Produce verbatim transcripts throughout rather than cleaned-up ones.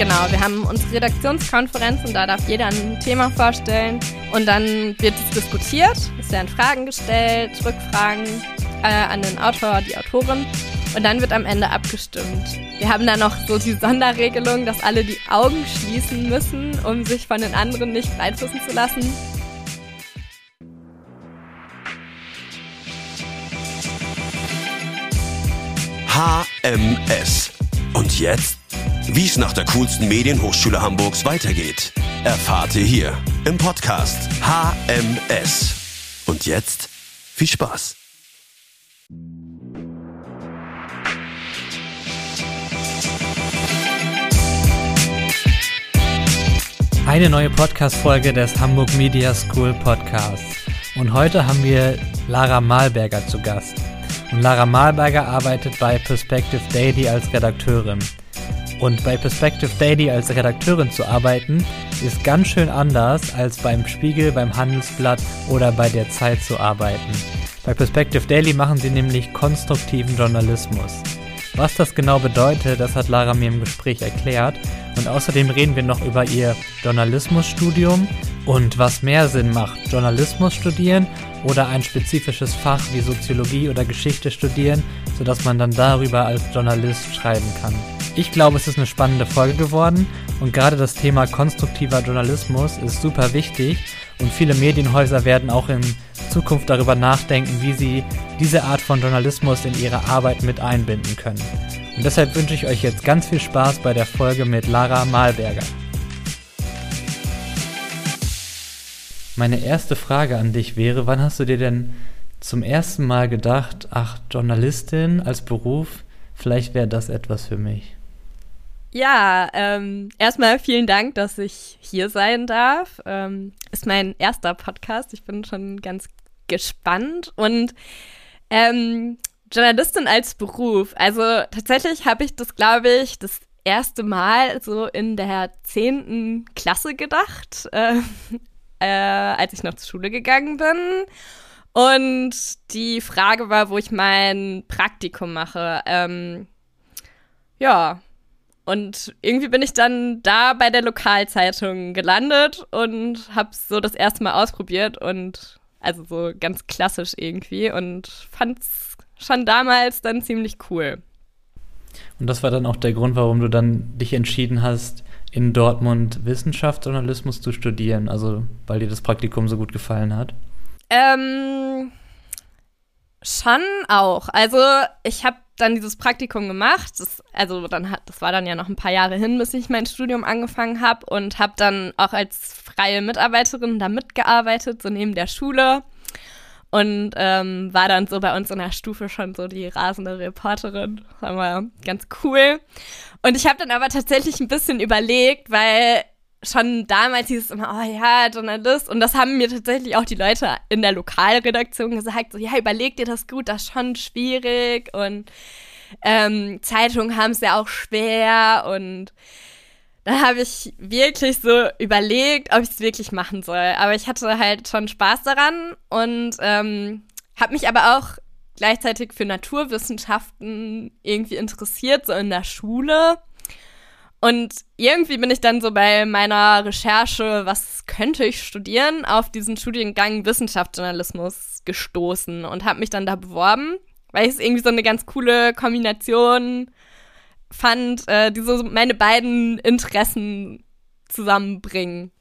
genau, wir haben unsere Redaktionskonferenz und da darf jeder ein Thema vorstellen und dann wird es diskutiert, es werden Fragen gestellt, Rückfragen äh, an den Autor, die Autorin und dann wird am Ende abgestimmt. Wir haben da noch so die Sonderregelung, dass alle die Augen schließen müssen, um sich von den anderen nicht beeinflussen zu lassen. H M S. Und jetzt? Wie es nach der coolsten Medienhochschule Hamburgs weitergeht, erfahrt ihr hier im Podcast H M S. Und jetzt viel Spaß. Eine neue Podcast-Folge des Hamburg Media School Podcasts. Und heute haben wir Lara Malberger zu Gast. Und Lara Malberger arbeitet bei Perspective Daily als Redakteurin. Und bei Perspective Daily als Redakteurin zu arbeiten, ist ganz schön anders als beim Spiegel, beim Handelsblatt oder bei der Zeit zu arbeiten. Bei Perspective Daily machen sie nämlich konstruktiven Journalismus. Was das genau bedeutet, das hat Lara mir im Gespräch erklärt. Und außerdem reden wir noch über ihr Journalismusstudium und was mehr Sinn macht, Journalismus studieren oder ein spezifisches Fach wie Soziologie oder Geschichte studieren, sodass man dann darüber als Journalist schreiben kann. Ich glaube, es ist eine spannende Folge geworden und gerade das Thema konstruktiver Journalismus ist super wichtig und viele Medienhäuser werden auch in Zukunft darüber nachdenken, wie sie diese Art von Journalismus in ihre Arbeit mit einbinden können. Und deshalb wünsche ich euch jetzt ganz viel Spaß bei der Folge mit Lara Malberger. Meine erste Frage an dich wäre, wann hast du dir denn zum ersten Mal gedacht, ach, Journalistin als Beruf, vielleicht wäre das etwas für mich? Ja, ähm, erstmal vielen Dank, dass ich hier sein darf. Ähm, ist mein erster Podcast. Ich bin schon ganz gespannt. Und ähm, Journalistin als Beruf. Also tatsächlich habe ich das, glaube ich, das erste Mal so in der zehnten Klasse gedacht, äh, äh, als ich noch zur Schule gegangen bin. Und die Frage war, wo ich mein Praktikum mache. Ähm, ja, und irgendwie bin ich dann da bei der Lokalzeitung gelandet und habe so das erste Mal ausprobiert und also so ganz klassisch irgendwie und fand's schon damals dann ziemlich cool. Und das war dann auch der Grund, warum du dann dich entschieden hast, in Dortmund Wissenschaftsjournalismus zu studieren, also weil dir das Praktikum so gut gefallen hat? Ähm, schon auch. Also ich habe dann dieses Praktikum gemacht, das, also dann hat, das war dann ja noch ein paar Jahre hin, bis ich mein Studium angefangen habe und habe dann auch als freie Mitarbeiterin da mitgearbeitet, so neben der Schule und ähm, war dann so bei uns in der Stufe schon so die rasende Reporterin. Das war ganz cool. Und ich habe dann aber tatsächlich ein bisschen überlegt, weil schon damals hieß es immer, oh ja, Journalist. Und das haben mir tatsächlich auch die Leute in der Lokalredaktion gesagt, so ja, überleg dir das gut, das ist schon schwierig. Und ähm, Zeitungen haben es ja auch schwer. Und da habe ich wirklich so überlegt, ob ich es wirklich machen soll. Aber ich hatte halt schon Spaß daran und ähm, habe mich aber auch gleichzeitig für Naturwissenschaften irgendwie interessiert, so in der Schule. Und irgendwie bin ich dann so bei meiner Recherche, was könnte ich studieren, auf diesen Studiengang Wissenschaftsjournalismus gestoßen und habe mich dann da beworben, weil ich es irgendwie so eine ganz coole Kombination fand, äh, die so meine beiden Interessen zusammenbringen.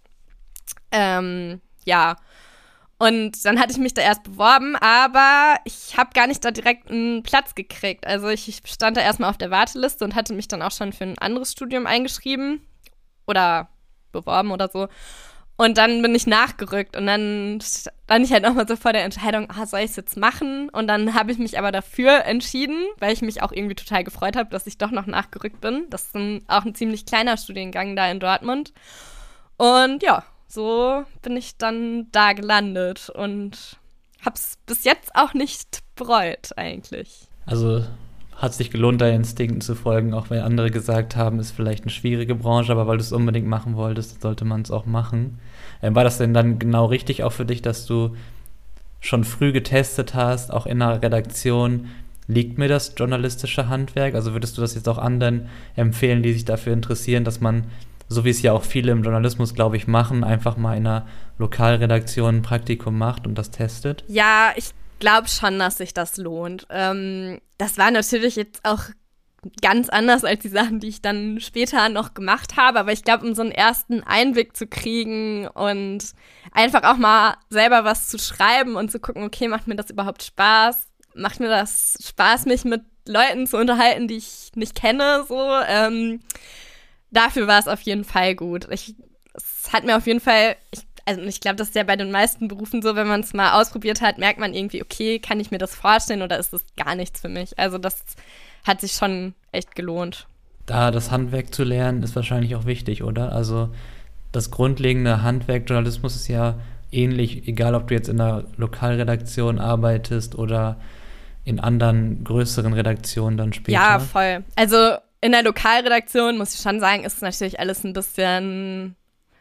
Ähm, ja. Und dann hatte ich mich da erst beworben, aber ich habe gar nicht da direkt einen Platz gekriegt. Also ich stand da erstmal auf der Warteliste und hatte mich dann auch schon für ein anderes Studium eingeschrieben oder beworben oder so. Und dann bin ich nachgerückt und dann stand ich halt nochmal so vor der Entscheidung, ah, soll ich es jetzt machen? Und dann habe ich mich aber dafür entschieden, weil ich mich auch irgendwie total gefreut habe, dass ich doch noch nachgerückt bin. Das ist ein, auch ein ziemlich kleiner Studiengang da in Dortmund. Und ja, so bin ich dann da gelandet und hab's bis jetzt auch nicht bereut eigentlich. Also hat sich gelohnt, deinen Instinkten zu folgen, auch weil andere gesagt haben, ist vielleicht eine schwierige Branche, aber weil du es unbedingt machen wolltest, sollte man es auch machen. Ähm, war das denn dann genau richtig auch für dich, dass du schon früh getestet hast, auch in der Redaktion, liegt mir das journalistische Handwerk? Also würdest du das jetzt auch anderen empfehlen, die sich dafür interessieren, dass man, so wie es ja auch viele im Journalismus, glaube ich, machen, einfach mal in einer Lokalredaktion ein Praktikum macht und das testet? Ja, ich glaube schon, dass sich das lohnt. Ähm, das war natürlich jetzt auch ganz anders als die Sachen, die ich dann später noch gemacht habe. Aber ich glaube, um so einen ersten Einblick zu kriegen und einfach auch mal selber was zu schreiben und zu gucken, okay, macht mir das überhaupt Spaß? Macht mir das Spaß, mich mit Leuten zu unterhalten, die ich nicht kenne? So, ähm, dafür war es auf jeden Fall gut. Ich, es hat mir auf jeden Fall, ich, also ich glaube, das ist ja bei den meisten Berufen so, wenn man es mal ausprobiert hat, merkt man irgendwie, okay, kann ich mir das vorstellen oder ist das gar nichts für mich? Also das hat sich schon echt gelohnt. Da das Handwerk zu lernen, ist wahrscheinlich auch wichtig, oder? Also das grundlegende Handwerk Journalismus ist ja ähnlich, egal ob du jetzt in einer Lokalredaktion arbeitest oder in anderen größeren Redaktionen dann später. Ja, voll. Also in der Lokalredaktion, muss ich schon sagen, ist natürlich alles ein bisschen,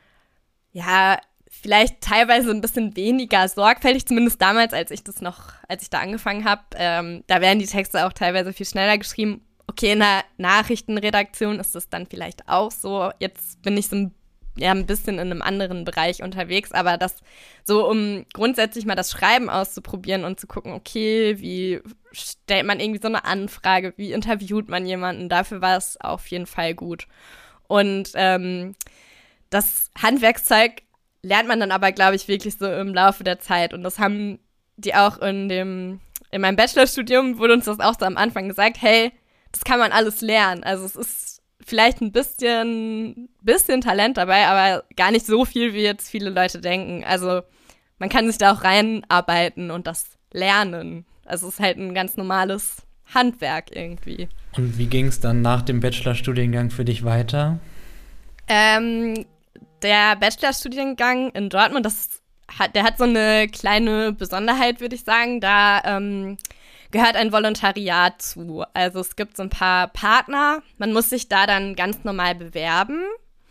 ja, vielleicht teilweise ein bisschen weniger sorgfältig, zumindest damals, als ich das noch, als ich da angefangen habe. Ähm, da werden die Texte auch teilweise viel schneller geschrieben. Okay, in der Nachrichtenredaktion ist das dann vielleicht auch so. Jetzt bin ich so ein, ja, ein bisschen in einem anderen Bereich unterwegs, aber das so, um grundsätzlich mal das Schreiben auszuprobieren und zu gucken, okay, wie stellt man irgendwie so eine Anfrage, wie interviewt man jemanden, dafür war es auf jeden Fall gut. Und ähm, das Handwerkszeug lernt man dann aber, glaube ich, wirklich so im Laufe der Zeit. Und das haben die auch in dem, in meinem Bachelorstudium, wurde uns das auch so am Anfang gesagt, hey, das kann man alles lernen. Also es ist vielleicht ein bisschen, bisschen Talent dabei, aber gar nicht so viel, wie jetzt viele Leute denken. Also man kann sich da auch reinarbeiten und das lernen. Also es ist halt ein ganz normales Handwerk irgendwie. Und wie ging es dann nach dem Bachelorstudiengang für dich weiter? Ähm, Der Bachelorstudiengang in Dortmund, das hat, der hat so eine kleine Besonderheit, würde ich sagen. Da ähm, gehört ein Volontariat zu. Also es gibt so ein paar Partner. Man muss sich da dann ganz normal bewerben.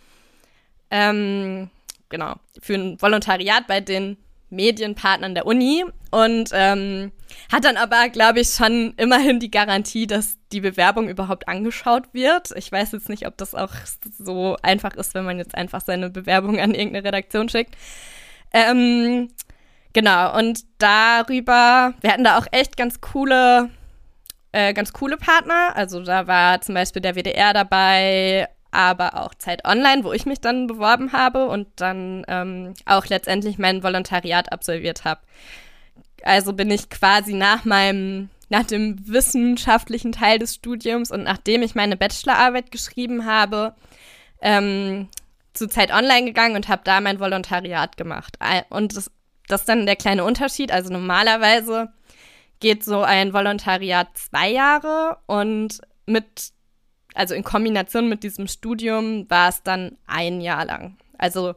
Ähm, genau, für ein Volontariat bei den Medienpartnern der Uni. Und ähm, hat dann aber, glaube ich, schon immerhin die Garantie, dass die Bewerbung überhaupt angeschaut wird. Ich weiß jetzt nicht, ob das auch so einfach ist, wenn man jetzt einfach seine Bewerbung an irgendeine Redaktion schickt. Ähm, genau, und darüber, wir hatten da auch echt ganz coole, äh, ganz coole Partner. Also da war zum Beispiel der W D R dabei, aber auch Zeit Online, wo ich mich dann beworben habe und dann ähm, auch letztendlich mein Volontariat absolviert habe. Also bin ich quasi nach meinem, nach dem wissenschaftlichen Teil des Studiums und nachdem ich meine Bachelorarbeit geschrieben habe, ähm, zu Zeit Online gegangen und habe da mein Volontariat gemacht. Und das, das ist dann der kleine Unterschied. Also normalerweise geht so ein Volontariat zwei Jahre und mit, also in Kombination mit diesem Studium war es dann ein Jahr lang. Also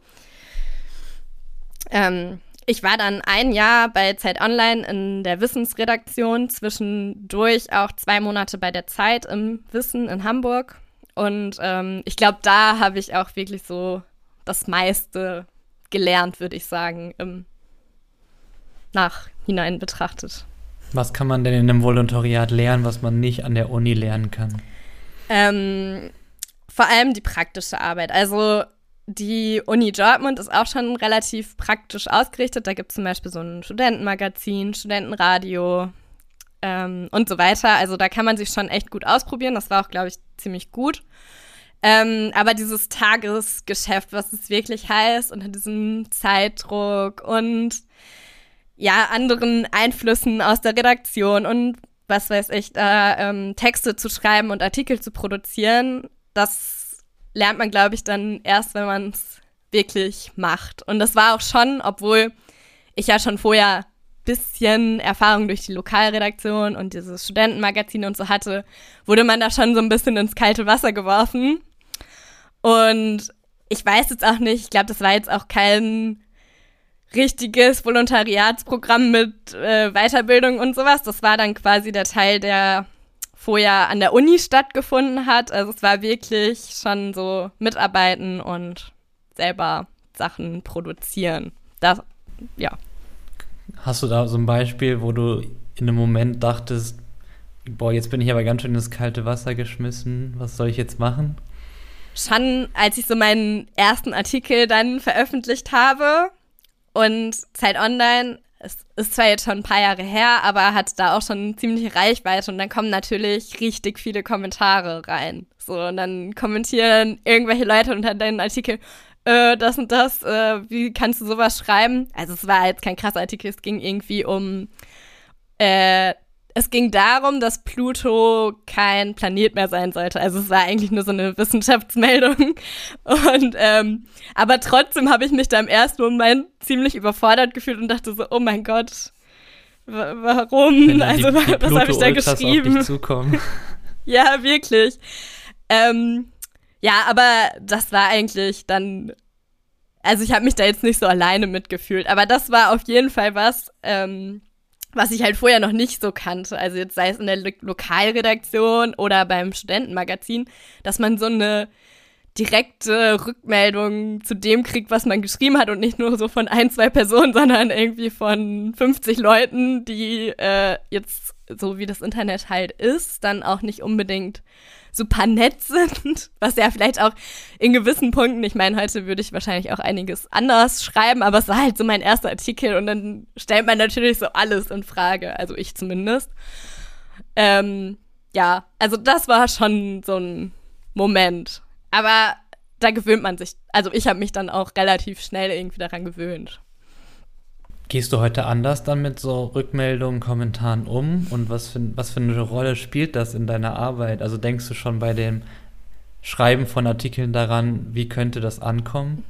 ähm, ich war dann ein Jahr bei Zeit Online in der Wissensredaktion, zwischendurch auch zwei Monate bei der Zeit im Wissen in Hamburg. Und ähm, ich glaube, da habe ich auch wirklich so das meiste gelernt, würde ich sagen, im Nachhinein betrachtet. Was kann man denn in einem Volontariat lernen, was man nicht an der Uni lernen kann? Ähm, vor allem die praktische Arbeit. Also die Uni Dortmund ist auch schon relativ praktisch ausgerichtet. Da gibt es zum Beispiel so ein Studentenmagazin, Studentenradio ähm, und so weiter. Also da kann man sich schon echt gut ausprobieren. Das war auch, glaube ich, ziemlich gut. Ähm, aber dieses Tagesgeschäft, was es wirklich heißt, unter diesem Zeitdruck und ja, anderen Einflüssen aus der Redaktion und was weiß ich, da ähm, Texte zu schreiben und Artikel zu produzieren, das lernt man, glaube ich, dann erst, wenn man es wirklich macht. Und das war auch schon, obwohl ich ja schon vorher ein bisschen Erfahrung durch die Lokalredaktion und dieses Studentenmagazin und so hatte, wurde man da schon so ein bisschen ins kalte Wasser geworfen. Und ich weiß jetzt auch nicht, ich glaube, das war jetzt auch kein richtiges Volontariatsprogramm mit äh, Weiterbildung und sowas. Das war dann quasi der Teil, der vorher an der Uni stattgefunden hat. Also es war wirklich schon so mitarbeiten und selber Sachen produzieren. Das, ja. Hast du da so ein Beispiel, wo du in einem Moment dachtest, Boah, jetzt bin ich aber ganz schön ins kalte Wasser geschmissen. Was soll ich jetzt machen? Schon als ich so meinen ersten Artikel dann veröffentlicht habe und Zeit Online, es ist zwar jetzt schon ein paar Jahre her, aber hat da auch schon ziemliche Reichweite und dann kommen natürlich richtig viele Kommentare rein. So, und dann kommentieren irgendwelche Leute unter deinen Artikel, äh, das und das, äh, wie kannst du sowas schreiben? Also es war jetzt kein krasser Artikel, es ging irgendwie um, äh, es ging darum, dass Pluto kein Planet mehr sein sollte. Also es war eigentlich nur so eine Wissenschaftsmeldung. Und ähm, aber trotzdem habe ich mich da im ersten Moment ziemlich überfordert gefühlt und dachte so, oh mein Gott, w- warum? Also die, die was habe ich da geschrieben? Auf dich zukommen. Ja, wirklich. Ähm, ja, aber das war eigentlich dann, also ich habe mich da jetzt nicht so alleine mitgefühlt. Aber das war auf jeden Fall was, ähm, was ich halt vorher noch nicht so kannte, also jetzt sei es in der Lo- Lokalredaktion oder beim Studentenmagazin, dass man so eine direkte Rückmeldung zu dem kriegt, was man geschrieben hat und nicht nur so von ein, zwei Personen, sondern irgendwie von fünfzig Leuten, die äh, jetzt, so wie das Internet halt ist, dann auch nicht unbedingt super nett sind, was ja vielleicht auch in gewissen Punkten, ich meine, heute würde ich wahrscheinlich auch einiges anders schreiben, aber es war halt so mein erster Artikel und dann stellt man natürlich so alles in Frage, also ich zumindest. Ähm, ja, also das war schon so ein Moment, aber da gewöhnt man sich, also ich habe mich dann auch relativ schnell irgendwie daran gewöhnt. Gehst du heute anders dann mit so Rückmeldungen, Kommentaren um? Und was für, was für eine Rolle spielt das in deiner Arbeit? Also denkst du schon bei dem Schreiben von Artikeln daran, wie könnte das ankommen?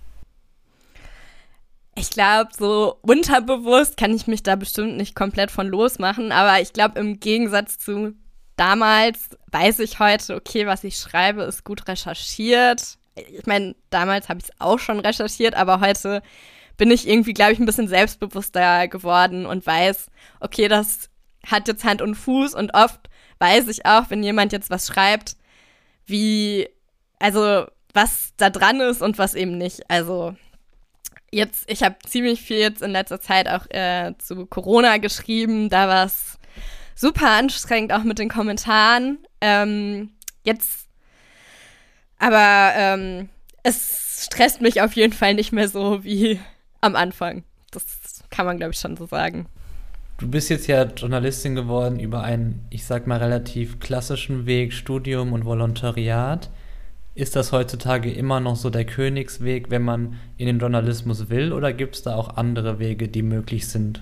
Ich glaube, so unterbewusst kann ich mich da bestimmt nicht komplett von losmachen, aber ich glaube, im Gegensatz zu damals weiß ich heute, okay, was ich schreibe, ist gut recherchiert. Ich meine, damals habe ich es auch schon recherchiert, aber heute bin ich irgendwie, glaube ich, ein bisschen selbstbewusster geworden und weiß, okay, das hat jetzt Hand und Fuß und oft weiß ich auch, wenn jemand jetzt was schreibt, wie, also was da dran ist und was eben nicht. Also jetzt, ich habe ziemlich viel jetzt in letzter Zeit auch äh, zu Corona geschrieben, da war es super anstrengend, auch mit den Kommentaren. Ähm, jetzt, aber ähm, es stresst mich auf jeden Fall nicht mehr so wie am Anfang. Das kann man, glaube ich, schon so sagen. Du bist jetzt ja Journalistin geworden über einen, ich sag mal, relativ klassischen Weg, Studium und Volontariat. Ist das heutzutage immer noch so der Königsweg, wenn man in den Journalismus will, oder gibt es da auch andere Wege, die möglich sind?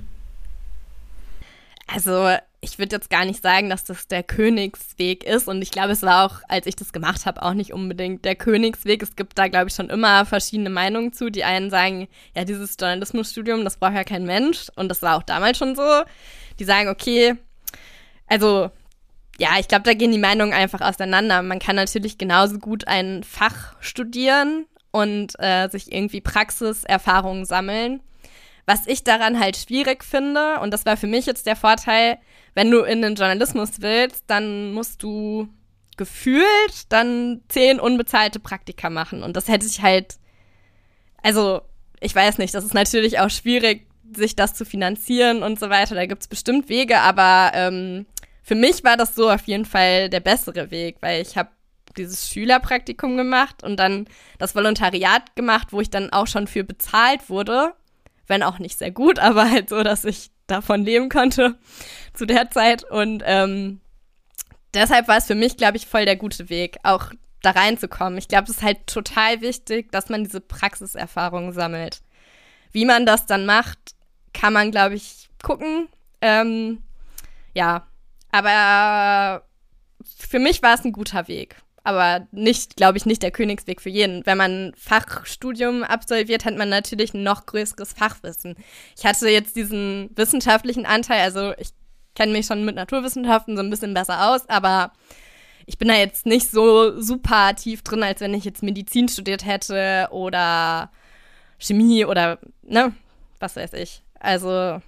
Also ich würde jetzt gar nicht sagen, dass das der Königsweg ist und ich glaube, es war auch, als ich das gemacht habe, auch nicht unbedingt der Königsweg. Es gibt da, glaube ich, schon immer verschiedene Meinungen zu. Die einen sagen, ja, dieses Journalismusstudium, das braucht ja kein Mensch und das war auch damals schon so. Die sagen, okay, also ja, ich glaube, da gehen die Meinungen einfach auseinander. Man kann natürlich genauso gut ein Fach studieren und äh, sich irgendwie Praxiserfahrungen sammeln. Was ich daran halt schwierig finde, und das war für mich jetzt der Vorteil, wenn du in den Journalismus willst, dann musst du gefühlt dann zehn unbezahlte Praktika machen. Und das hätte ich halt, also ich weiß nicht, das ist natürlich auch schwierig, sich das zu finanzieren und so weiter. Da gibt es bestimmt Wege, aber ähm, für mich war das so auf jeden Fall der bessere Weg, weil ich habe dieses Schülerpraktikum gemacht und dann das Volontariat gemacht, wo ich dann auch schon für bezahlt wurde. Wenn auch nicht sehr gut, aber halt so, dass ich davon leben konnte zu der Zeit. Und ähm, deshalb war es für mich, glaube ich, voll der gute Weg, auch da reinzukommen. Ich glaube, es ist halt total wichtig, dass man diese Praxiserfahrung sammelt. Wie man das dann macht, kann man, glaube ich, gucken. Ähm, ja, aber für mich war es ein guter Weg. Aber nicht, glaube ich, nicht der Königsweg für jeden. Wenn man Fachstudium absolviert, hat man natürlich ein noch größeres Fachwissen. Ich hatte jetzt diesen wissenschaftlichen Anteil, also ich kenne mich schon mit Naturwissenschaften so ein bisschen besser aus, aber ich bin da jetzt nicht so super tief drin, als wenn ich jetzt Medizin studiert hätte oder Chemie oder, ne, was weiß ich. Also,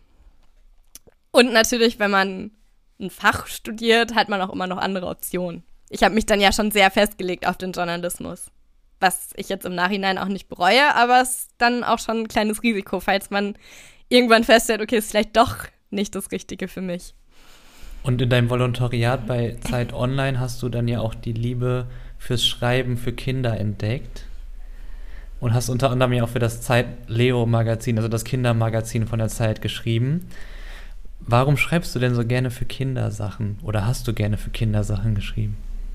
und natürlich, wenn man ein Fach studiert, hat man auch immer noch andere Optionen. Ich habe mich dann ja schon sehr festgelegt auf den Journalismus, was ich jetzt im Nachhinein auch nicht bereue, aber es ist dann auch schon ein kleines Risiko, falls man irgendwann feststellt, okay, ist vielleicht doch nicht das Richtige für mich. Und in deinem Volontariat bei Zeit Online hast du dann ja auch die Liebe fürs Schreiben für Kinder entdeckt und hast unter anderem ja auch für das Zeit Leo Magazin, also das Kindermagazin von der Zeit, geschrieben. Warum schreibst du denn so gerne für Kindersachen oder hast du gerne für Kindersachen geschrieben?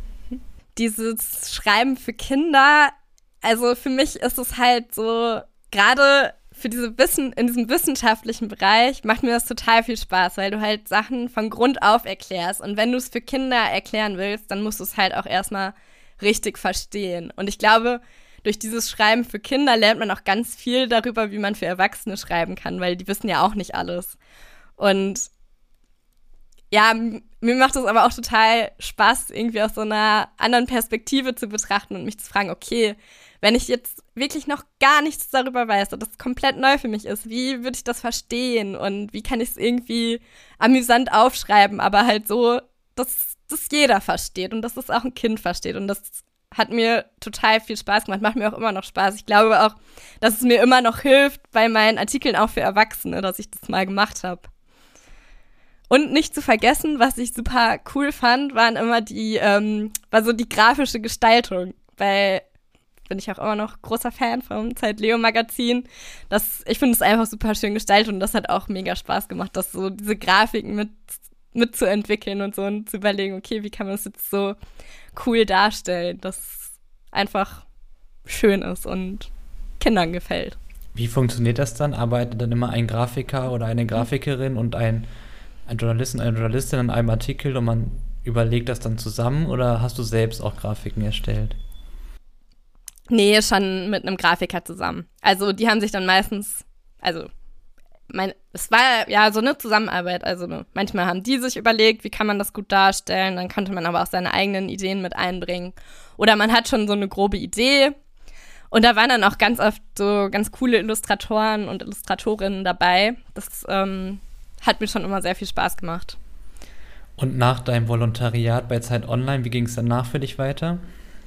Dieses Schreiben für Kinder, also für mich ist es halt so, gerade für diese Wissen, in diesem wissenschaftlichen Bereich macht mir das total viel Spaß, weil du halt Sachen von Grund auf erklärst. Und wenn du es für Kinder erklären willst, dann musst du es halt auch erstmal richtig verstehen. Und ich glaube, durch dieses Schreiben für Kinder lernt man auch ganz viel darüber, wie man für Erwachsene schreiben kann, weil die wissen ja auch nicht alles. Und ja, m- mir macht es aber auch total Spaß, irgendwie aus so einer anderen Perspektive zu betrachten und mich zu fragen, okay, wenn ich jetzt wirklich noch gar nichts darüber weiß und das komplett neu für mich ist, wie würde ich das verstehen und wie kann ich es irgendwie amüsant aufschreiben, aber halt so, dass das jeder versteht und dass es auch ein Kind versteht. Und das hat mir total viel Spaß gemacht, macht mir auch immer noch Spaß. Ich glaube auch, dass es mir immer noch hilft bei meinen Artikeln auch für Erwachsene, dass ich das mal gemacht habe. Und nicht zu vergessen, was ich super cool fand, waren immer die, ähm, war so die grafische Gestaltung. Weil bin ich auch immer noch großer Fan vom Zeit Leo Magazin. Das, ich finde es einfach super schön gestaltet und das hat auch mega Spaß gemacht, das so diese Grafiken mit mitzuentwickeln und so und zu überlegen, okay, wie kann man das jetzt so cool darstellen, dass es einfach schön ist und Kindern gefällt. Wie funktioniert das dann? Arbeitet dann immer ein Grafiker oder eine Grafikerin und ein, ein Journalist und eine Journalistin an einem Artikel und man überlegt das dann zusammen oder hast du selbst auch Grafiken erstellt? Nee, schon mit einem Grafiker zusammen. Also die haben sich dann meistens, also mein, es war ja so eine Zusammenarbeit. Also ne, manchmal haben die sich überlegt, wie kann man das gut darstellen, dann konnte man aber auch seine eigenen Ideen mit einbringen. Oder man hat schon so eine grobe Idee und da waren dann auch ganz oft so ganz coole Illustratoren und Illustratorinnen dabei. Das ähm, hat mir schon immer sehr viel Spaß gemacht. Und nach deinem Volontariat bei Zeit Online, wie ging es danach für dich weiter?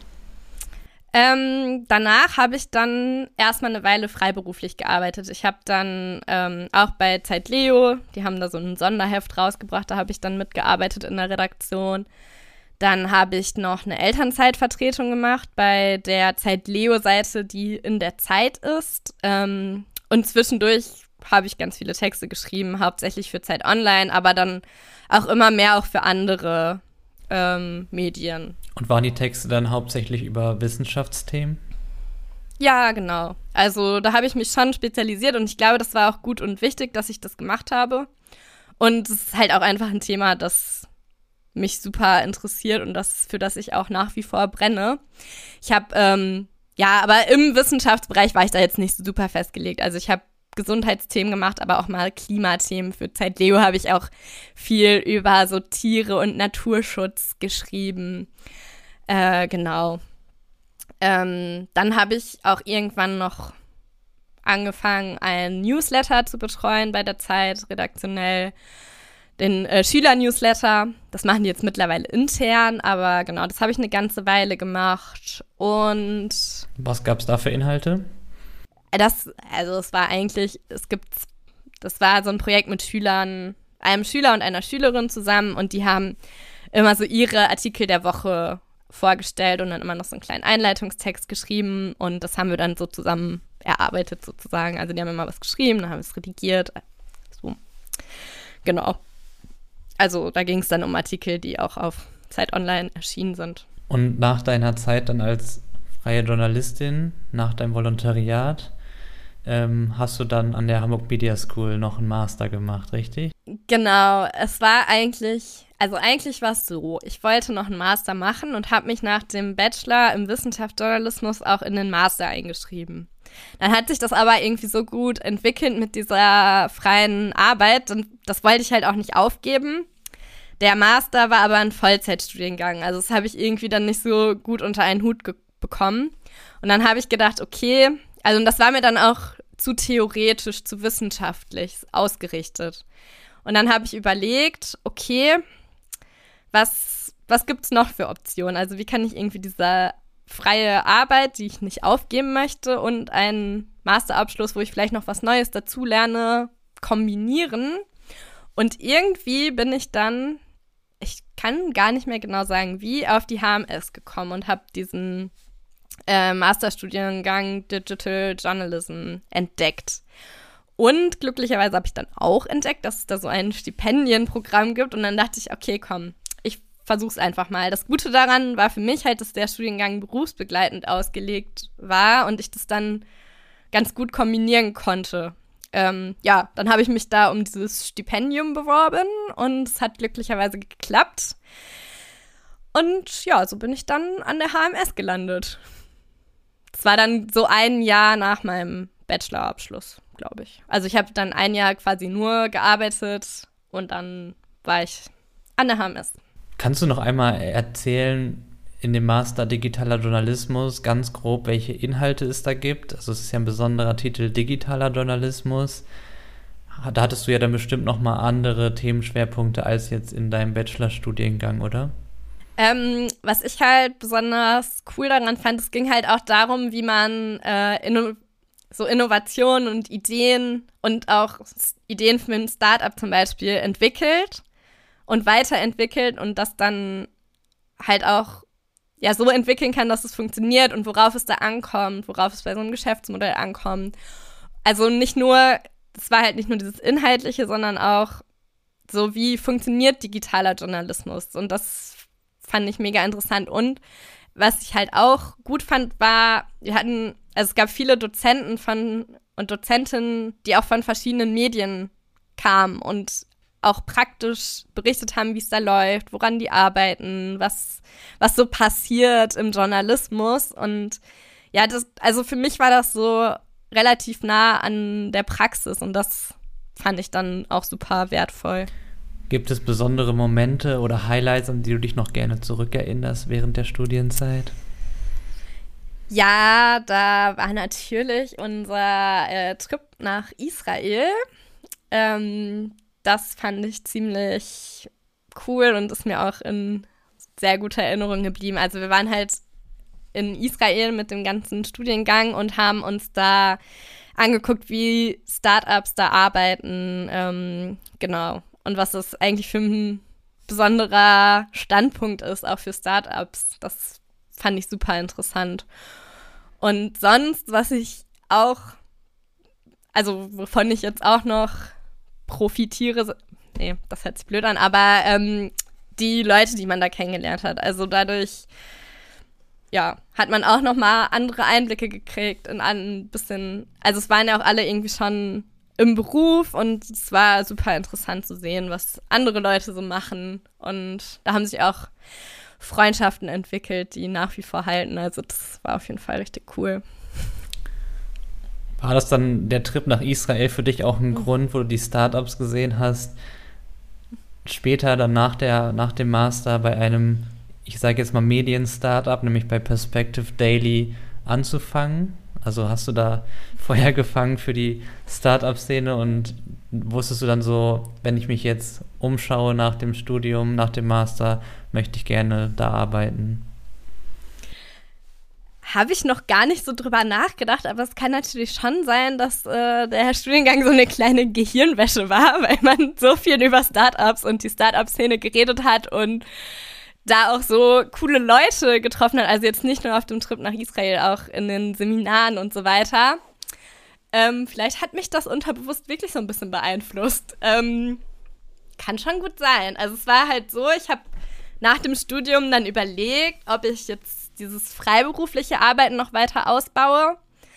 Ähm, danach habe ich dann erstmal eine Weile freiberuflich gearbeitet. Ich habe dann ähm, auch bei Zeit Leo, die haben da so ein Sonderheft rausgebracht, da habe ich dann mitgearbeitet in der Redaktion. Dann habe ich noch eine Elternzeitvertretung gemacht bei der Zeit Leo-Seite, die in der Zeit ist. Ähm, und zwischendurch habe ich ganz viele Texte geschrieben, hauptsächlich für Zeit Online, aber dann auch immer mehr auch für andere ähm, Medien. Und waren die Texte dann hauptsächlich über Wissenschaftsthemen? Ja, genau. Also da habe ich mich schon spezialisiert und ich glaube, das war auch gut und wichtig, dass ich das gemacht habe. Und es ist halt auch einfach ein Thema, das mich super interessiert und das, für das ich auch nach wie vor brenne. Ich habe, ähm, ja, aber im Wissenschaftsbereich war ich da jetzt nicht so super festgelegt. Also ich habe Gesundheitsthemen gemacht, aber auch mal Klimathemen. Für Zeit Leo habe ich auch viel über so Tiere und Naturschutz geschrieben. Äh, genau. Ähm, dann habe ich auch irgendwann noch angefangen, einen Newsletter zu betreuen bei der Zeit, redaktionell. Den äh, Schüler-Newsletter, das machen die jetzt mittlerweile intern, aber genau, das habe ich eine ganze Weile gemacht. Und was gab es da für Inhalte? Das, also es war eigentlich, es gibt, das war so ein Projekt mit Schülern, einem Schüler und einer Schülerin zusammen und die haben immer so ihre Artikel der Woche vorgestellt und dann immer noch so einen kleinen Einleitungstext geschrieben und das haben wir dann so zusammen erarbeitet sozusagen. Also die haben immer was geschrieben, dann haben wir es redigiert. So. Genau. Also da ging es dann um Artikel, die auch auf Zeit Online erschienen sind. Und nach deiner Zeit dann als freie Journalistin, nach deinem Volontariat, ähm, hast du dann an der Hamburg Media School noch einen Master gemacht, richtig? Genau, es war eigentlich, also eigentlich war es so, ich wollte noch einen Master machen und habe mich nach dem Bachelor im Wissenschaftsjournalismus auch in den Master eingeschrieben. Dann hat sich das aber irgendwie so gut entwickelt mit dieser freien Arbeit und das wollte ich halt auch nicht aufgeben. Der Master war aber ein Vollzeitstudiengang, also das habe ich irgendwie dann nicht so gut unter einen Hut ge- bekommen. Und dann habe ich gedacht, okay, also und das war mir dann auch zu theoretisch, zu wissenschaftlich ausgerichtet. Und dann habe ich überlegt, okay, was, was gibt's noch für Optionen? Also wie kann ich irgendwie diese freie Arbeit, die ich nicht aufgeben möchte, und einen Masterabschluss, wo ich vielleicht noch was Neues dazu lerne, kombinieren. Und irgendwie bin ich dann ich kann gar nicht mehr genau sagen, wie, auf die H M S gekommen und habe diesen äh, Masterstudiengang Digital Journalism entdeckt. Und glücklicherweise habe ich dann auch entdeckt, dass es da so ein Stipendienprogramm gibt. Und dann dachte ich, okay, komm, ich versuch's einfach mal. Das Gute daran war für mich halt, dass der Studiengang berufsbegleitend ausgelegt war und ich das dann ganz gut kombinieren konnte. Ähm, ja, dann habe ich mich da um dieses Stipendium beworben und es hat glücklicherweise geklappt. Und ja, so bin ich dann an der H M S gelandet. Das war dann so ein Jahr nach meinem Bachelorabschluss, glaube ich. Also ich habe dann ein Jahr quasi nur gearbeitet und dann war ich an der H M S. Kannst du noch einmal erzählen, in dem Master Digitaler Journalismus ganz grob, welche Inhalte es da gibt? Also es ist ja ein besonderer Titel, Digitaler Journalismus. Da hattest du ja dann bestimmt noch mal andere Themenschwerpunkte als jetzt in deinem Bachelorstudiengang, oder? Ähm, was ich halt besonders cool daran fand, es ging halt auch darum, wie man äh, inno- so Innovationen und Ideen und auch Ideen für ein Startup zum Beispiel entwickelt und weiterentwickelt und das dann halt auch ja so entwickeln kann, dass es funktioniert und worauf es da ankommt, worauf es bei so einem Geschäftsmodell ankommt. Also nicht nur, es war halt nicht nur dieses Inhaltliche, sondern auch so, wie funktioniert digitaler Journalismus. Und das fand ich mega interessant. Und was ich halt auch gut fand, war, wir hatten, also es gab viele Dozenten von und Dozentinnen, die auch von verschiedenen Medien kamen und auch praktisch berichtet haben, wie es da läuft, woran die arbeiten, was, was so passiert im Journalismus. Und ja, das, also für mich war das so relativ nah an der Praxis und das fand ich dann auch super wertvoll. Gibt es besondere Momente oder Highlights, an die du dich noch gerne zurückerinnerst während der Studienzeit? Ja, da war natürlich unser äh, Trip nach Israel. Ähm, das fand ich ziemlich cool und ist mir auch in sehr guter Erinnerung geblieben. Also wir waren halt in Israel mit dem ganzen Studiengang und haben uns da angeguckt, wie Startups da arbeiten, ähm, genau. Und was das eigentlich für ein besonderer Standpunkt ist, auch für Startups. Das fand ich super interessant. Und sonst, was ich auch, also wovon ich jetzt auch noch profitiere, nee, das hört sich blöd an, aber ähm, die Leute, die man da kennengelernt hat. Also dadurch, ja, hat man auch noch mal andere Einblicke gekriegt in ein bisschen, also es waren ja auch alle irgendwie schon im Beruf und es war super interessant zu sehen, was andere Leute so machen. Und da haben sich auch Freundschaften entwickelt, die nach wie vor halten. Also das war auf jeden Fall richtig cool. War das dann der Trip nach Israel für dich auch ein mhm. Grund, wo du die Startups gesehen hast, später dann nach, der, nach dem Master bei einem, ich sage jetzt mal Medien-Startup, nämlich bei Perspective Daily anzufangen? Also hast du da Feuer gefangen für die Startup-Szene und wusstest du dann so, wenn ich mich jetzt umschaue nach dem Studium, nach dem Master, möchte ich gerne da arbeiten? Habe ich noch gar nicht so drüber nachgedacht, aber es kann natürlich schon sein, dass äh, der Studiengang so eine kleine Gehirnwäsche war, weil man so viel über Startups und die Startup-Szene geredet hat und da auch so coole Leute getroffen hat, also jetzt nicht nur auf dem Trip nach Israel, auch in den Seminaren und so weiter. Ähm, vielleicht hat mich das unterbewusst wirklich so ein bisschen beeinflusst. Ähm, kann schon gut sein. Also es war halt so, ich habe nach dem Studium dann überlegt, ob ich jetzt dieses freiberufliche Arbeiten noch weiter ausbaue.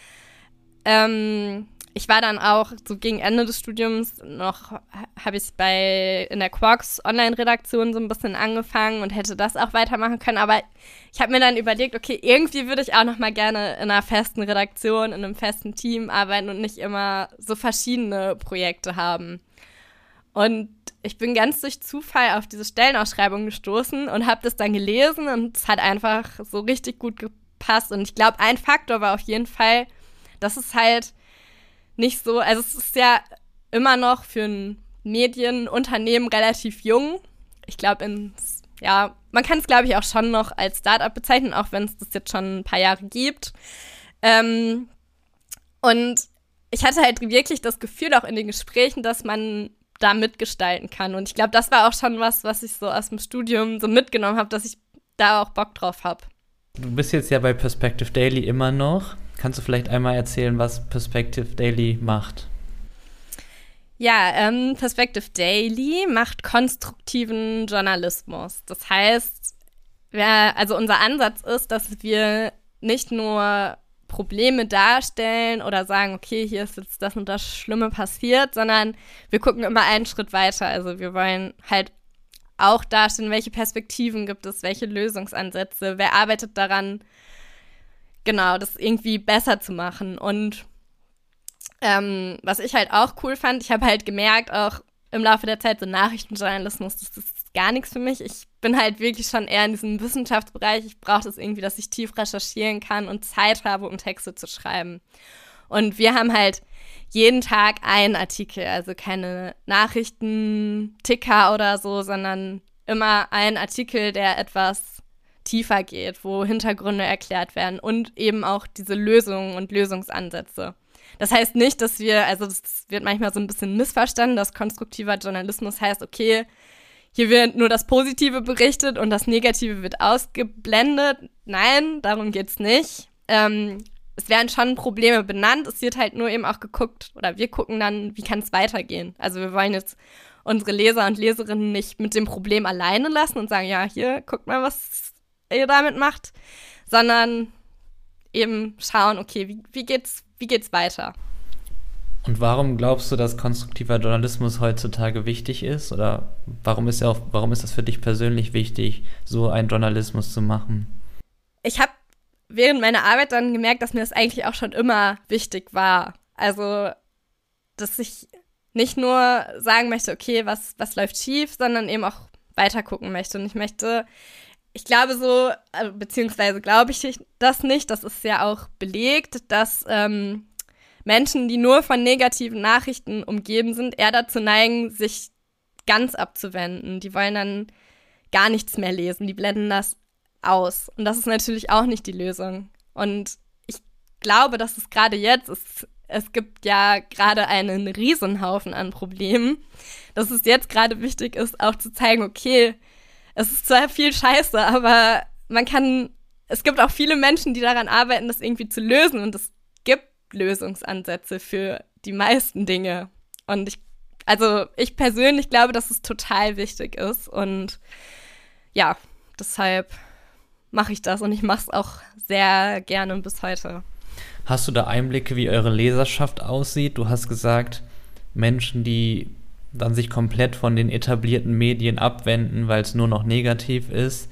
Ähm, ich war dann auch so gegen Ende des Studiums noch, habe ich bei in der Quarks Online-Redaktion so ein bisschen angefangen und hätte das auch weitermachen können. Aber ich habe mir dann überlegt, okay, irgendwie würde ich auch noch mal gerne in einer festen Redaktion, in einem festen Team arbeiten und nicht immer so verschiedene Projekte haben. Und ich bin ganz durch Zufall auf diese Stellenausschreibung gestoßen und habe das dann gelesen und es hat einfach so richtig gut gepasst. Und ich glaube, ein Faktor war auf jeden Fall, dass es halt nicht so, also es ist ja immer noch für ein Medienunternehmen relativ jung. Ich glaube, ja, man kann es, glaube ich, auch schon noch als Startup bezeichnen, auch wenn es das jetzt schon ein paar Jahre gibt. Ähm, und ich hatte halt wirklich das Gefühl, auch in den Gesprächen, dass man da mitgestalten kann. Und ich glaube, das war auch schon was, was ich so aus dem Studium so mitgenommen habe, dass ich da auch Bock drauf habe. Du bist jetzt ja bei Perspective Daily immer noch. Kannst du vielleicht einmal erzählen, was Perspective Daily macht? Ja, ähm, Perspective Daily macht konstruktiven Journalismus. Das heißt, wir, also unser Ansatz ist, dass wir nicht nur Probleme darstellen oder sagen, okay, hier ist jetzt das und das Schlimme passiert, sondern wir gucken immer einen Schritt weiter. Also wir wollen halt auch darstellen, welche Perspektiven gibt es, welche Lösungsansätze, wer arbeitet daran, genau, das irgendwie besser zu machen. Und ähm, was ich halt auch cool fand, ich habe halt gemerkt, auch im Laufe der Zeit, so Nachrichtenjournalismus, das ist gar nichts für mich. Ich bin halt wirklich schon eher in diesem Wissenschaftsbereich. Ich brauche das irgendwie, dass ich tief recherchieren kann und Zeit habe, um Texte zu schreiben. Und wir haben halt jeden Tag einen Artikel, also keine Nachrichtenticker oder so, sondern immer einen Artikel, der etwas tiefer geht, wo Hintergründe erklärt werden und eben auch diese Lösungen und Lösungsansätze. Das heißt nicht, dass wir, also das wird manchmal so ein bisschen missverstanden, dass konstruktiver Journalismus heißt, okay, hier wird nur das Positive berichtet und das Negative wird ausgeblendet. Nein, darum geht's nicht. Ähm, es werden schon Probleme benannt, es wird halt nur eben auch geguckt, oder wir gucken dann, wie kann es weitergehen. Also wir wollen jetzt unsere Leser und Leserinnen nicht mit dem Problem alleine lassen und sagen, ja, hier, guckt mal, was ihr damit macht, sondern eben schauen, okay, wie, wie geht's, wie geht's weiter? Und warum glaubst du, dass konstruktiver Journalismus heutzutage wichtig ist? Oder warum ist, er auch, warum ist das für dich persönlich wichtig, so einen Journalismus zu machen? Ich habe während meiner Arbeit dann gemerkt, dass mir das eigentlich auch schon immer wichtig war. Also, dass ich nicht nur sagen möchte, okay, was, was läuft schief, sondern eben auch weiter gucken möchte. Und ich möchte, ich glaube so, beziehungsweise glaube ich das nicht, das ist ja auch belegt, dass ähm, Menschen, die nur von negativen Nachrichten umgeben sind, eher dazu neigen, sich ganz abzuwenden. Die wollen dann gar nichts mehr lesen, die blenden das aus. Und das ist natürlich auch nicht die Lösung. Und ich glaube, dass es gerade jetzt ist, es gibt ja gerade einen Riesenhaufen an Problemen, dass es jetzt gerade wichtig ist, auch zu zeigen, okay, es ist zwar viel Scheiße, aber man kann, es gibt auch viele Menschen, die daran arbeiten, das irgendwie zu lösen, und es gibt Lösungsansätze für die meisten Dinge. Und ich, also ich persönlich glaube, dass es total wichtig ist, und ja, deshalb mache ich das, und ich mache es auch sehr gerne bis heute. Hast du da Einblicke, wie eure Leserschaft aussieht? Du hast gesagt, Menschen, die dann sich komplett von den etablierten Medien abwenden, weil es nur noch negativ ist.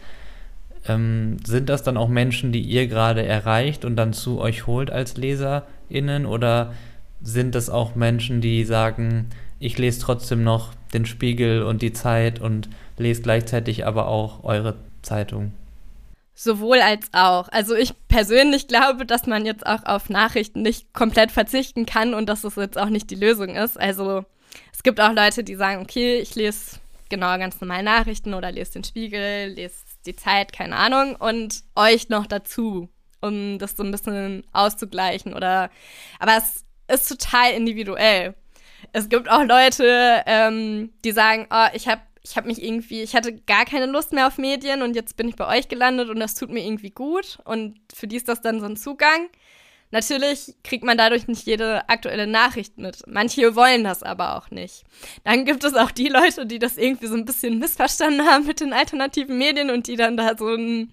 Ähm, sind das dann auch Menschen, die ihr gerade erreicht und dann zu euch holt als LeserInnen? Oder sind das auch Menschen, die sagen, ich lese trotzdem noch den Spiegel und die Zeit und lese gleichzeitig aber auch eure Zeitung? Sowohl als auch. Also ich persönlich glaube, dass man jetzt auch auf Nachrichten nicht komplett verzichten kann und dass es jetzt auch nicht die Lösung ist. Also es gibt auch Leute, die sagen, okay, ich lese genau ganz normal Nachrichten oder lese den Spiegel, lese die Zeit, keine Ahnung, und euch noch dazu, um das so ein bisschen auszugleichen. Oder, aber es ist total individuell. Es gibt auch Leute, ähm, die sagen, oh, ich habe Ich habe mich irgendwie, ich hatte gar keine Lust mehr auf Medien und jetzt bin ich bei euch gelandet und das tut mir irgendwie gut, und für die ist das dann so ein Zugang. Natürlich kriegt man dadurch nicht jede aktuelle Nachricht mit. Manche wollen das aber auch nicht. Dann gibt es auch die Leute, die das irgendwie so ein bisschen missverstanden haben mit den alternativen Medien und die dann da so ein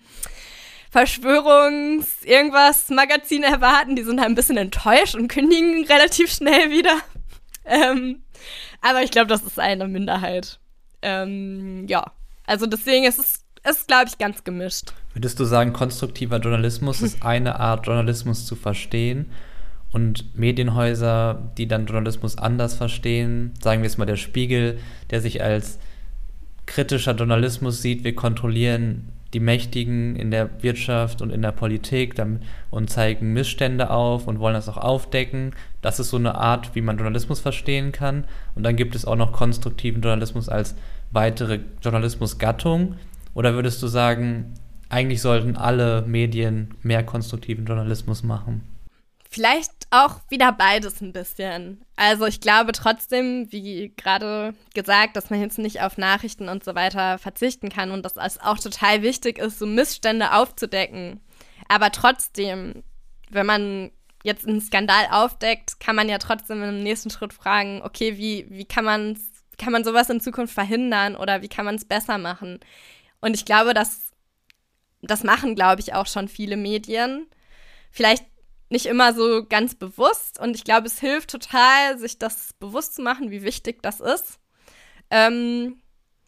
Verschwörungs-Irgendwas-Magazin erwarten. Die sind halt ein bisschen enttäuscht und kündigen relativ schnell wieder. Ähm, aber ich glaube, das ist eine Minderheit. Ähm, ja, also deswegen ist es, ist, glaube ich, ganz gemischt. Würdest du sagen, konstruktiver Journalismus ist eine Art, Journalismus zu verstehen, und Medienhäuser, die dann Journalismus anders verstehen, sagen wir jetzt mal der Spiegel, der sich als kritischer Journalismus sieht, wir kontrollieren die Mächtigen in der Wirtschaft und in der Politik und zeigen Missstände auf und wollen das auch aufdecken. Das ist so eine Art, wie man Journalismus verstehen kann. Und dann gibt es auch noch konstruktiven Journalismus als weitere Journalismusgattung. Oder würdest du sagen, eigentlich sollten alle Medien mehr konstruktiven Journalismus machen? Vielleicht auch wieder beides ein bisschen. Also ich glaube trotzdem, wie gerade gesagt, dass man jetzt nicht auf Nachrichten und so weiter verzichten kann und dass es auch total wichtig ist, so Missstände aufzudecken. Aber trotzdem, wenn man jetzt einen Skandal aufdeckt, kann man ja trotzdem im nächsten Schritt fragen, okay, wie, wie kann man's, wie kann man sowas in Zukunft verhindern oder wie kann man es besser machen? Und ich glaube, dass das machen, glaube ich, auch schon viele Medien. Vielleicht nicht immer so ganz bewusst. Und ich glaube, es hilft total, sich das bewusst zu machen, wie wichtig das ist. Ähm,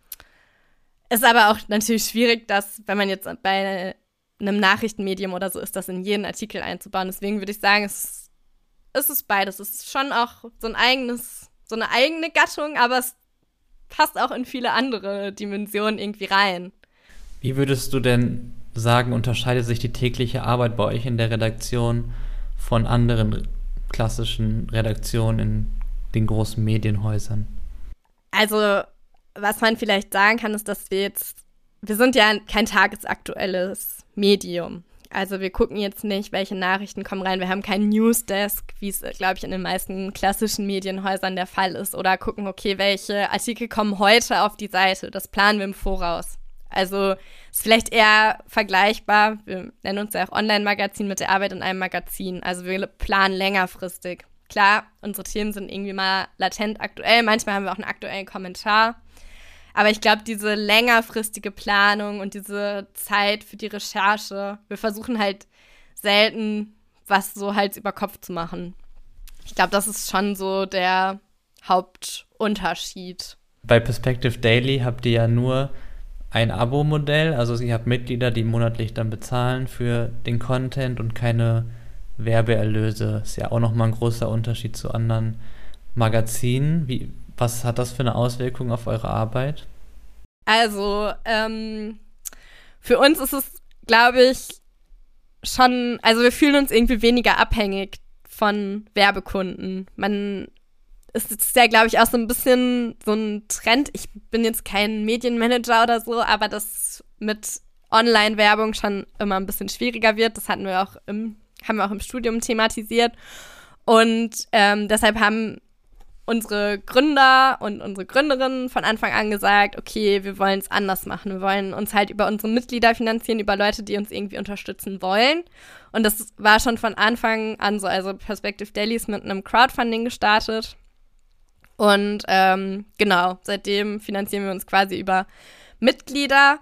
ist aber auch natürlich schwierig, dass, wenn man jetzt bei einem Nachrichtenmedium oder so ist, das in jeden Artikel einzubauen. Deswegen würde ich sagen, es, es ist beides. Es ist schon auch so ein eigenes, so eine eigene Gattung, aber es passt auch in viele andere Dimensionen irgendwie rein. Wie würdest du denn sagen, unterscheidet sich die tägliche Arbeit bei euch in der Redaktion von anderen klassischen Redaktionen in den großen Medienhäusern? Also, was man vielleicht sagen kann, ist, dass wir jetzt, wir sind ja kein tagesaktuelles Medium. Also wir gucken jetzt nicht, welche Nachrichten kommen rein. Wir haben keinen Newsdesk, wie es, glaube ich, in den meisten klassischen Medienhäusern der Fall ist. Oder gucken, okay, welche Artikel kommen heute auf die Seite. Das planen wir im Voraus. Also ist vielleicht eher vergleichbar, wir nennen uns ja auch Online-Magazin, mit der Arbeit in einem Magazin. Also wir planen längerfristig. Klar, unsere Themen sind irgendwie mal latent aktuell, manchmal haben wir auch einen aktuellen Kommentar. Aber ich glaube, diese längerfristige Planung und diese Zeit für die Recherche, wir versuchen halt selten, was so Hals über Kopf zu machen. Ich glaube, das ist schon so der Hauptunterschied. Bei Perspective Daily habt ihr ja nur ein Abo-Modell, also ihr habt Mitglieder, die monatlich dann bezahlen für den Content und keine Werbeerlöse. Ist ja auch nochmal ein großer Unterschied zu anderen Magazinen. Wie, was hat das für eine Auswirkung auf eure Arbeit? Also, ähm, für uns ist es, glaube ich, schon, also wir fühlen uns irgendwie weniger abhängig von Werbekunden. Man Es ist ja, glaube ich, auch so ein bisschen so ein Trend. Ich bin jetzt kein Medienmanager oder so, aber das mit Online-Werbung schon immer ein bisschen schwieriger wird. Das hatten wir auch im, haben wir auch im Studium thematisiert. Und ähm, deshalb haben unsere Gründer und unsere Gründerinnen von Anfang an gesagt, okay, wir wollen es anders machen. Wir wollen uns halt über unsere Mitglieder finanzieren, über Leute, die uns irgendwie unterstützen wollen. Und das war schon von Anfang an so. Also Perspective Daily ist mit einem Crowdfunding gestartet. Und ähm, genau, seitdem finanzieren wir uns quasi über Mitglieder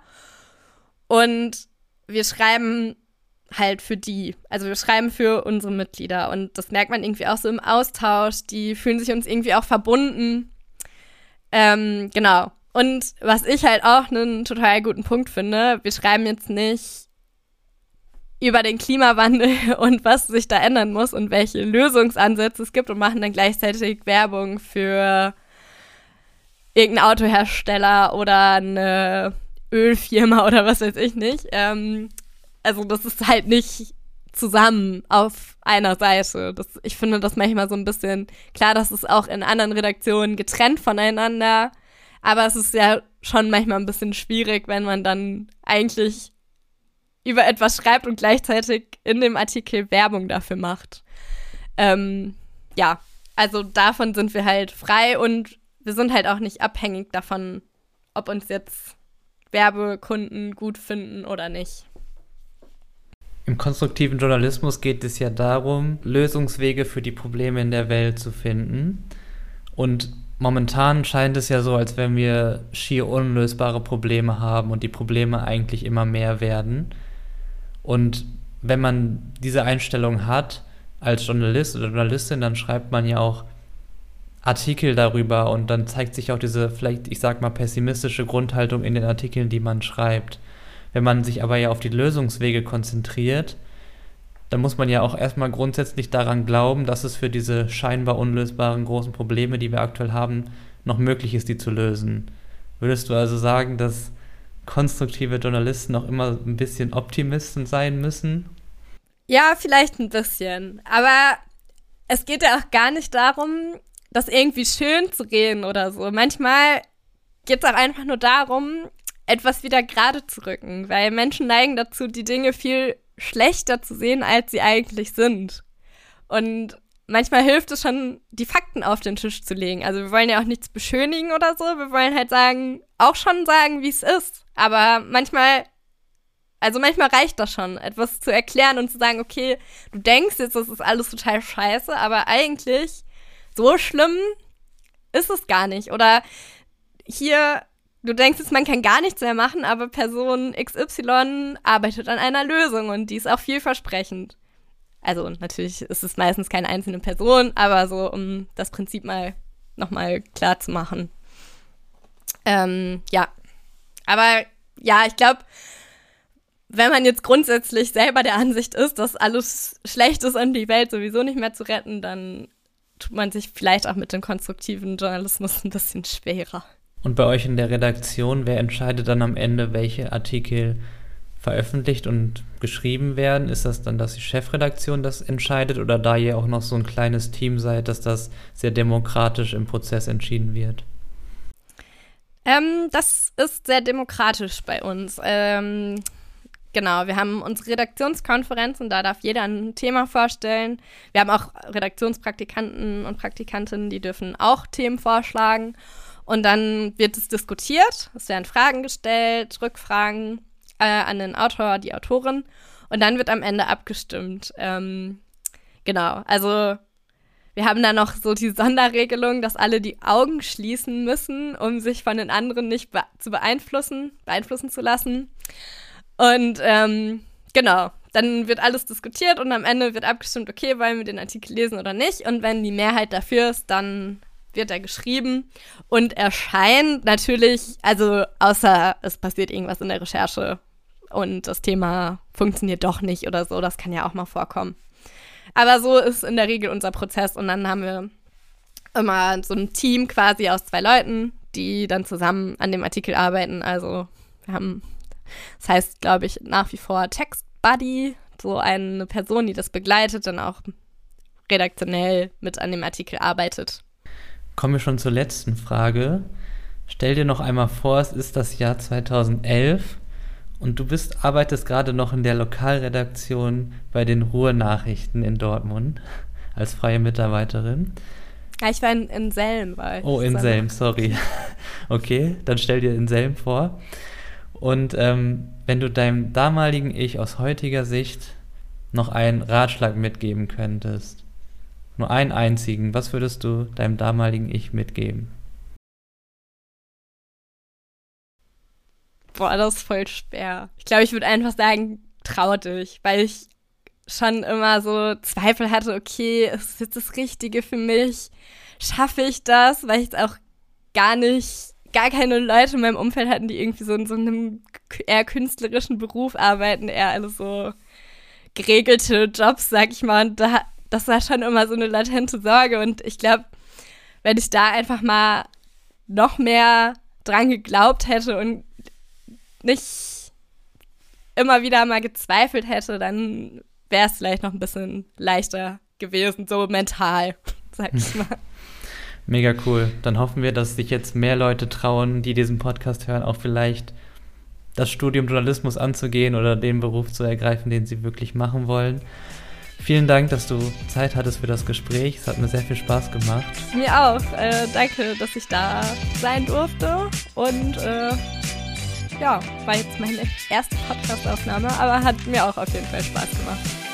und wir schreiben halt für die. Also wir schreiben für unsere Mitglieder und das merkt man irgendwie auch so im Austausch. Die fühlen sich uns irgendwie auch verbunden. Ähm, genau. Und was ich halt auch einen total guten Punkt finde, wir schreiben jetzt nicht über den Klimawandel und was sich da ändern muss und welche Lösungsansätze es gibt und machen dann gleichzeitig Werbung für irgendeinen Autohersteller oder eine Ölfirma oder was weiß ich nicht. Ähm, also das ist halt nicht zusammen auf einer Seite. Das, ich finde das manchmal so ein bisschen, klar, das ist auch in anderen Redaktionen getrennt voneinander, aber es ist ja schon manchmal ein bisschen schwierig, wenn man dann eigentlich über etwas schreibt und gleichzeitig in dem Artikel Werbung dafür macht. Ähm, ja, also davon sind wir halt frei und wir sind halt auch nicht abhängig davon, ob uns jetzt Werbekunden gut finden oder nicht. Im konstruktiven Journalismus geht es ja darum, Lösungswege für die Probleme in der Welt zu finden. Und momentan scheint es ja so, als wenn wir schier unlösbare Probleme haben und die Probleme eigentlich immer mehr werden. Und wenn man diese Einstellung hat als Journalist oder Journalistin, dann schreibt man ja auch Artikel darüber und dann zeigt sich auch diese, vielleicht, ich sag mal, pessimistische Grundhaltung in den Artikeln, die man schreibt. Wenn man sich aber ja auf die Lösungswege konzentriert, dann muss man ja auch erstmal grundsätzlich daran glauben, dass es für diese scheinbar unlösbaren großen Probleme, die wir aktuell haben, noch möglich ist, die zu lösen. Würdest du also sagen, dass konstruktive Journalisten noch immer ein bisschen Optimisten sein müssen? Ja, vielleicht ein bisschen. Aber es geht ja auch gar nicht darum, das irgendwie schön zu reden oder so. Manchmal geht es auch einfach nur darum, etwas wieder gerade zu rücken, weil Menschen neigen dazu, die Dinge viel schlechter zu sehen, als sie eigentlich sind. Und manchmal hilft es schon, die Fakten auf den Tisch zu legen. Also wir wollen ja auch nichts beschönigen oder so. Wir wollen halt sagen, auch schon sagen, wie es ist. Aber manchmal, also manchmal reicht das schon, etwas zu erklären und zu sagen, okay, du denkst jetzt, das ist alles total scheiße, aber eigentlich so schlimm ist es gar nicht. Oder hier, du denkst jetzt, man kann gar nichts mehr machen, aber Person X Y arbeitet an einer Lösung und die ist auch vielversprechend. Also natürlich ist es meistens keine einzelne Person, aber so, um das Prinzip mal nochmal klar zu machen. Ähm, ja, aber ja, ich glaube, wenn man jetzt grundsätzlich selber der Ansicht ist, dass alles schlecht ist und die Welt sowieso nicht mehr zu retten, dann tut man sich vielleicht auch mit dem konstruktiven Journalismus ein bisschen schwerer. Und bei euch in der Redaktion, wer entscheidet dann am Ende, welche Artikel veröffentlicht und geschrieben werden? Ist das dann, dass die Chefredaktion das entscheidet oder da ihr auch noch so ein kleines Team seid, dass das sehr demokratisch im Prozess entschieden wird? Ähm, das ist sehr demokratisch bei uns. Ähm, genau, wir haben unsere Redaktionskonferenzen, da darf jeder ein Thema vorstellen. Wir haben auch Redaktionspraktikanten und Praktikantinnen, die dürfen auch Themen vorschlagen. Und dann wird es diskutiert, es werden Fragen gestellt, Rückfragen äh, an den Autor, die Autorin. Und dann wird am Ende abgestimmt. Ähm, genau, also wir haben da noch so die Sonderregelung, dass alle die Augen schließen müssen, um sich von den anderen nicht be- zu beeinflussen, beeinflussen zu lassen. Und ähm, genau, dann wird alles diskutiert und am Ende wird abgestimmt, okay, wollen wir den Artikel lesen oder nicht. Und wenn die Mehrheit dafür ist, dann wird er geschrieben und erscheint natürlich, also außer es passiert irgendwas in der Recherche und das Thema funktioniert doch nicht oder so, das kann ja auch mal vorkommen. Aber so ist in der Regel unser Prozess und dann haben wir immer so ein Team quasi aus zwei Leuten, die dann zusammen an dem Artikel arbeiten. Also wir haben, das heißt, glaube ich, nach wie vor Text Buddy, so eine Person, die das begleitet, dann auch redaktionell mit an dem Artikel arbeitet. Kommen wir schon zur letzten Frage. Stell dir noch einmal vor, es ist das Jahr zweitausendelf und du bist, arbeitest gerade noch in der Lokalredaktion bei den Ruhr-Nachrichten in Dortmund als freie Mitarbeiterin. Ja, ich war in, in Selm. War ich oh, in Selm, sorry. Okay, dann stell dir in Selm vor. Und ähm, wenn du deinem damaligen Ich aus heutiger Sicht noch einen Ratschlag mitgeben könntest, nur einen einzigen, was würdest du deinem damaligen Ich mitgeben? Boah, das ist voll schwer. Ich glaube, ich würde einfach sagen, trau dich, weil ich schon immer so Zweifel hatte, okay, ist das jetzt das Richtige für mich? Schaffe ich das? Weil ich es auch gar nicht, gar keine Leute in meinem Umfeld hatten, die irgendwie so in so einem eher künstlerischen Beruf arbeiten, eher alle so geregelte Jobs, sag ich mal. Und da, das war schon immer so eine latente Sorge. Und ich glaube, wenn ich da einfach mal noch mehr dran geglaubt hätte und nicht immer wieder mal gezweifelt hätte, dann wäre es vielleicht noch ein bisschen leichter gewesen, so mental, sag ich mal. Mega cool. Dann hoffen wir, dass sich jetzt mehr Leute trauen, die diesen Podcast hören, auch vielleicht das Studium Journalismus anzugehen oder den Beruf zu ergreifen, den sie wirklich machen wollen. Vielen Dank, dass du Zeit hattest für das Gespräch. Es hat mir sehr viel Spaß gemacht. Mir auch. Äh, danke, dass ich da sein durfte. Und äh, ja, war jetzt meine erste Podcast-Aufnahme, aber hat mir auch auf jeden Fall Spaß gemacht.